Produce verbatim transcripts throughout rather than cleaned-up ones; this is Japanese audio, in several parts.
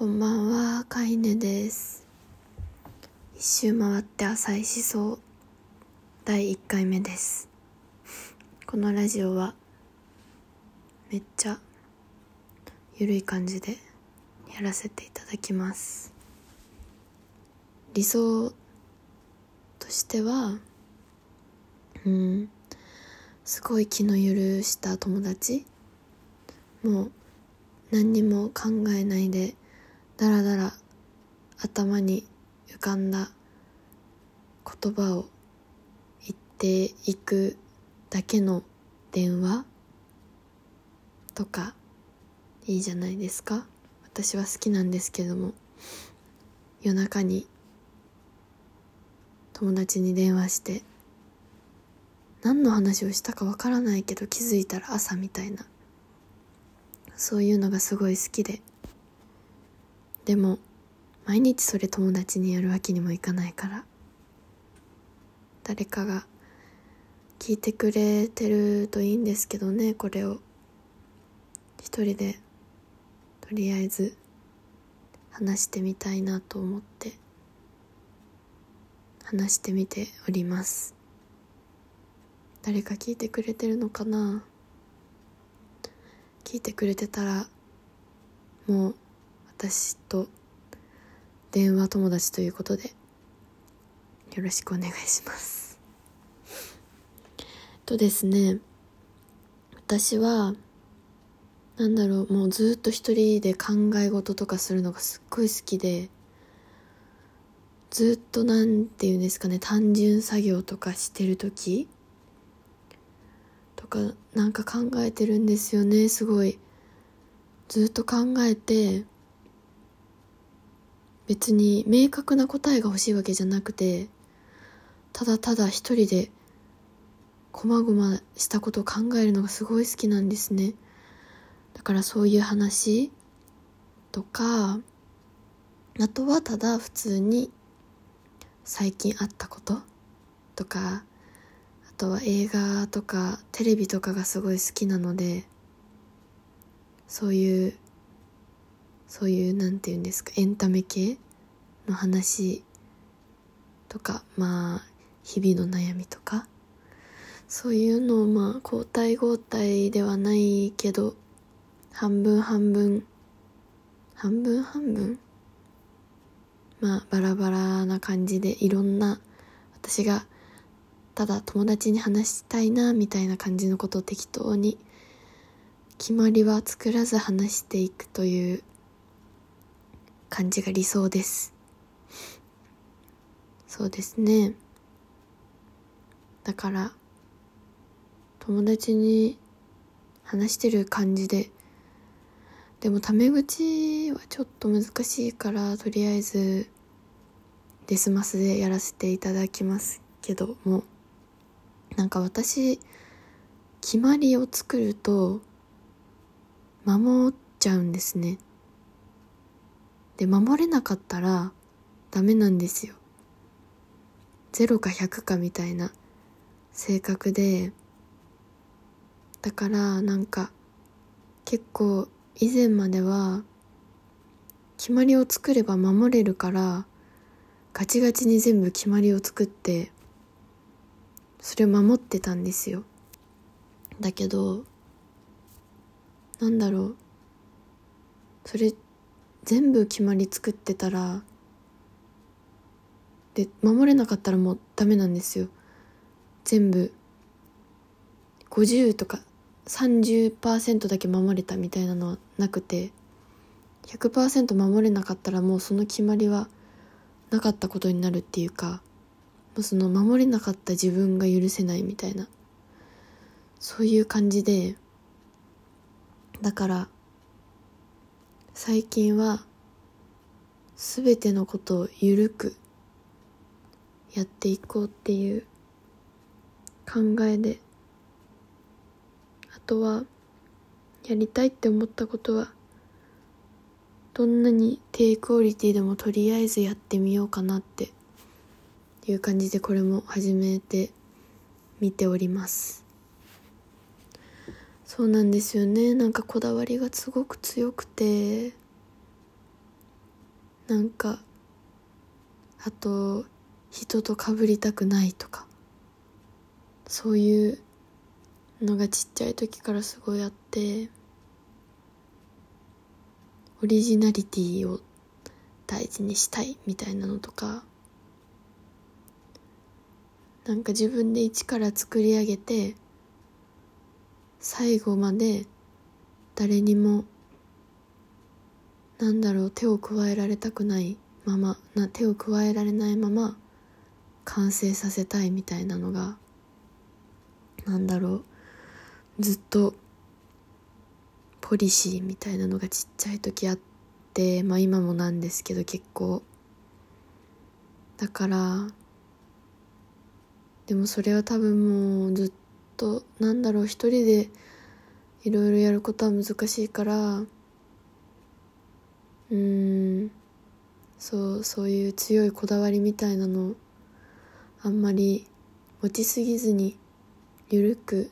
こんばんは、かいねです。一周回って浅い思想だいいっかいめです。このラジオはめっちゃゆるい感じでやらせていただきます。理想としてはうんすごい気の許した友達、もう何にも考えないでだらだら頭に浮かんだ言葉を言っていくだけの電話とかいいじゃないですか。私は好きなんですけども、夜中に友達に電話して何の話をしたかわからないけど気づいたら朝みたいな、そういうのがすごい好きで、でも毎日それ友達にやるわけにもいかないから、誰かが聞いてくれてるといいんですけどね。これを一人でとりあえず話してみたいなと思って話してみております。誰か聞いてくれてるのかな。聞いてくれてたらもう私と電話友達ということでよろしくお願いします。とですね、私はなんだろう、もうずっと一人で考え事とかするのがすっごい好きで、ずっとなんていうんですかね、単純作業とかしてる時とかなんか考えてるんですよね。すごいずっと考えて、別に明確な答えが欲しいわけじゃなくて、ただただ一人でこまごましたことを考えるのがすごい好きなんですね。だからそういう話とか、あとはただ普通に最近あったこととか、あとは映画とかテレビとかがすごい好きなので、そういうそういうなんていうんですか、エンタメ系の話とか、まあ日々の悩みとか、そういうのをまあ交代交代ではないけど半分半分半分半分まあバラバラな感じで、いろんな私がただ友達に話したいなみたいな感じのことを適当に決まりは作らず話していくという感じが理想です。そうですね。だから友達に話してる感じで、でもタメ口はちょっと難しいから、とりあえずデスマスでやらせていただきますけども、なんか私決まりを作ると守っちゃうんですね。で守れなかったらダメなんですよ。ゼロかひゃくかみたいな性格で、だからなんか結構以前までは決まりを作れば守れるからガチガチに全部決まりを作ってそれを守ってたんですよ。だけどなんだろう、それ全部決まり作ってたらで守れなかったらもうダメなんですよ。全部ごじゅうとか さんじゅっパーセント だけ守れたみたいなのはなくて、 ひゃくパーセント 守れなかったらもうその決まりはなかったことになるっていうか、もうその守れなかった自分が許せないみたいな、そういう感じで、だから最近は全てのことをゆるくやっていこうっていう考えで、あとはやりたいって思ったことはどんなに低クオリティでもとりあえずやってみようかなっていう感じで、これも始めてみております。そうなんですよね。なんかこだわりがすごく強くて、 なんかあと人と被りたくないとか、そういうのがちっちゃい時からすごいあって、オリジナリティを大事にしたいみたいなのとか、なんか自分で一から作り上げて最後まで誰にもなんだろう手を加えられたくないままな手を加えられないまま完成させたいみたいなのが、なんだろうずっとポリシーみたいなのがちっちゃい時あって、まあ今もなんですけど結構だから、でもそれは多分もうずっとなんだろう一人でいろいろやることは難しいから、うーんそうそういう強いこだわりみたいなのあんまり持ちすぎずにゆるく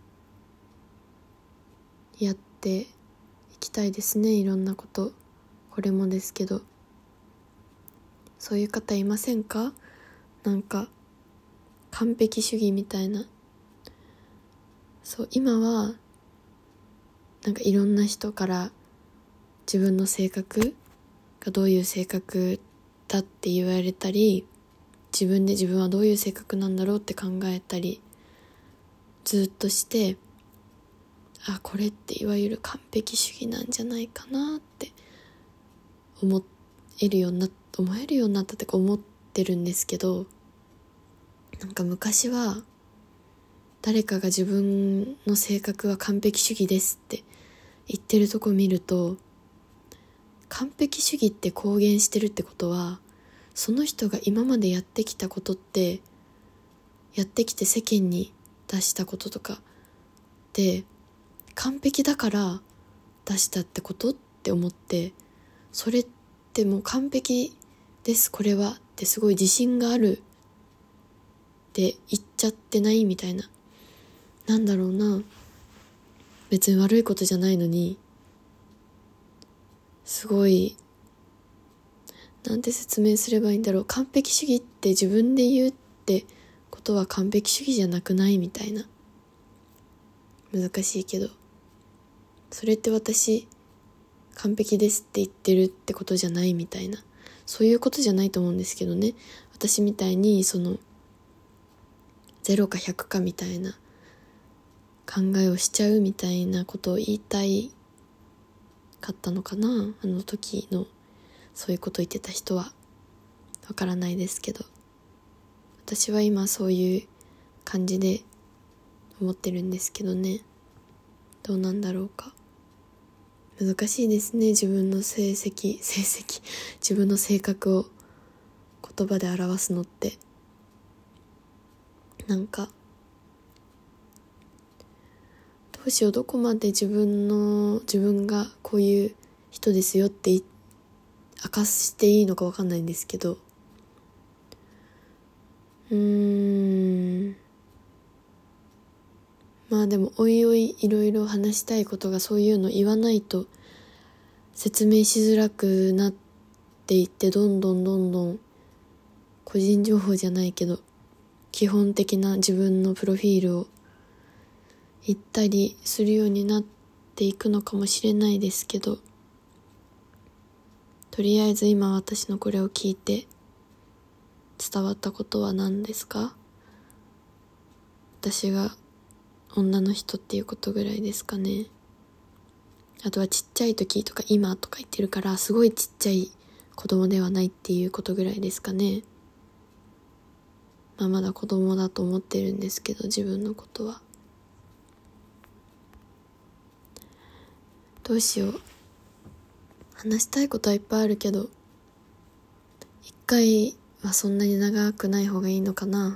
やっていきたいですね。いろんなこと、これもですけど。そういう方いませんか？なんか完璧主義みたいな。そう今はなんかいろんな人から自分の性格がどういう性格だって言われたり、自分で自分はどういう性格なんだろうって考えたりずっとして、あこれっていわゆる完璧主義なんじゃないかなって思えるようにな思えるようになったってか思ってるんですけど、なんか昔は誰かが自分の性格は完璧主義ですって言ってるとこ見ると、完璧主義って公言してるってことはその人が今までやってきたことってやってきて世間に出したこととかで完璧だから出したってことって思って、それってもう完璧ですこれはってすごい自信があるって言っちゃってないみたいな、なんだろうな、別に悪いことじゃないのにすごいなんて説明すればいいんだろう、完璧主義って自分で言うってことは完璧主義じゃなくないみたいな、難しいけどそれって私完璧ですって言ってるってことじゃないみたいな、そういうことじゃないと思うんですけどね。私みたいにそのゼロかひゃくかみたいな考えをしちゃうみたいなことを言いたいかったのかな、あの時のそういうこと言ってた人は。わからないですけど、私は今そういう感じで思ってるんですけどね。どうなんだろうか。難しいですね、自分の成績成績自分の性格を言葉で表すのって。なんかどうしよう、どこまで自分の自分がこういう人ですよって明かしていいのかわかんないんですけど、うーんまあでもおいおいいろいろ話したいことがそういうの言わないと説明しづらくなっていって、どんどんどんどん個人情報じゃないけど基本的な自分のプロフィールを言ったりするようになっていくのかもしれないですけど、とりあえず今私のこれを聞いて伝わったことは何ですか？私が女の人っていうことぐらいですかね。あとはちっちゃい時とか今とか言ってるからすごいちっちゃい子供ではないっていうことぐらいですかね。まあまだ子供だと思ってるんですけど、自分のことは。どうしよう、話したいことはいっぱいあるけど一回はそんなに長くない方がいいのかな。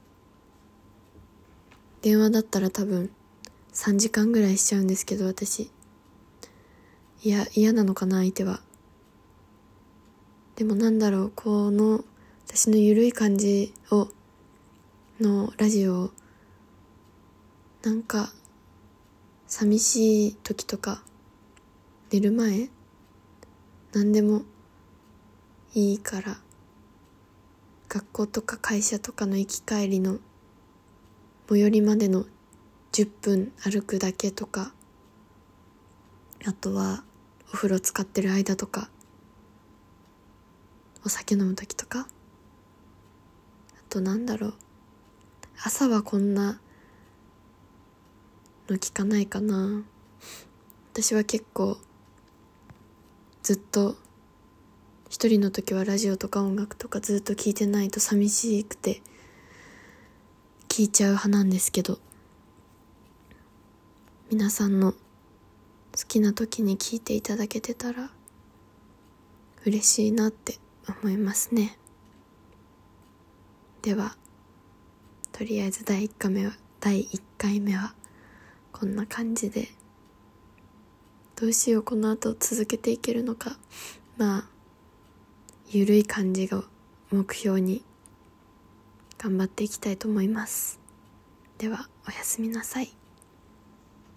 電話だったら多分さんじかんぐらいしちゃうんですけど、私いや嫌なのかな相手は。でもなんだろう、この私のゆるい感じをのラジオをなんか寂しい時とか寝る前なんでもいいから、学校とか会社とかの行き帰りの最寄りまでのじゅっぷん歩くだけとか、あとはお風呂使ってる間とか、お酒飲む時とか、あとなんだろう、朝はこんなの聞かないかな。私は結構ずっと一人の時はラジオとか音楽とかずっと聞いてないと寂しくて聞いちゃう派なんですけど、皆さんの好きな時に聞いていただけてたら嬉しいなって思いますね。ではとりあえず第一回目は第一回目はこんな感じで、どうしようこの後続けていけるのか、まあゆるい感じが目標に頑張っていきたいと思います。ではおやすみなさい。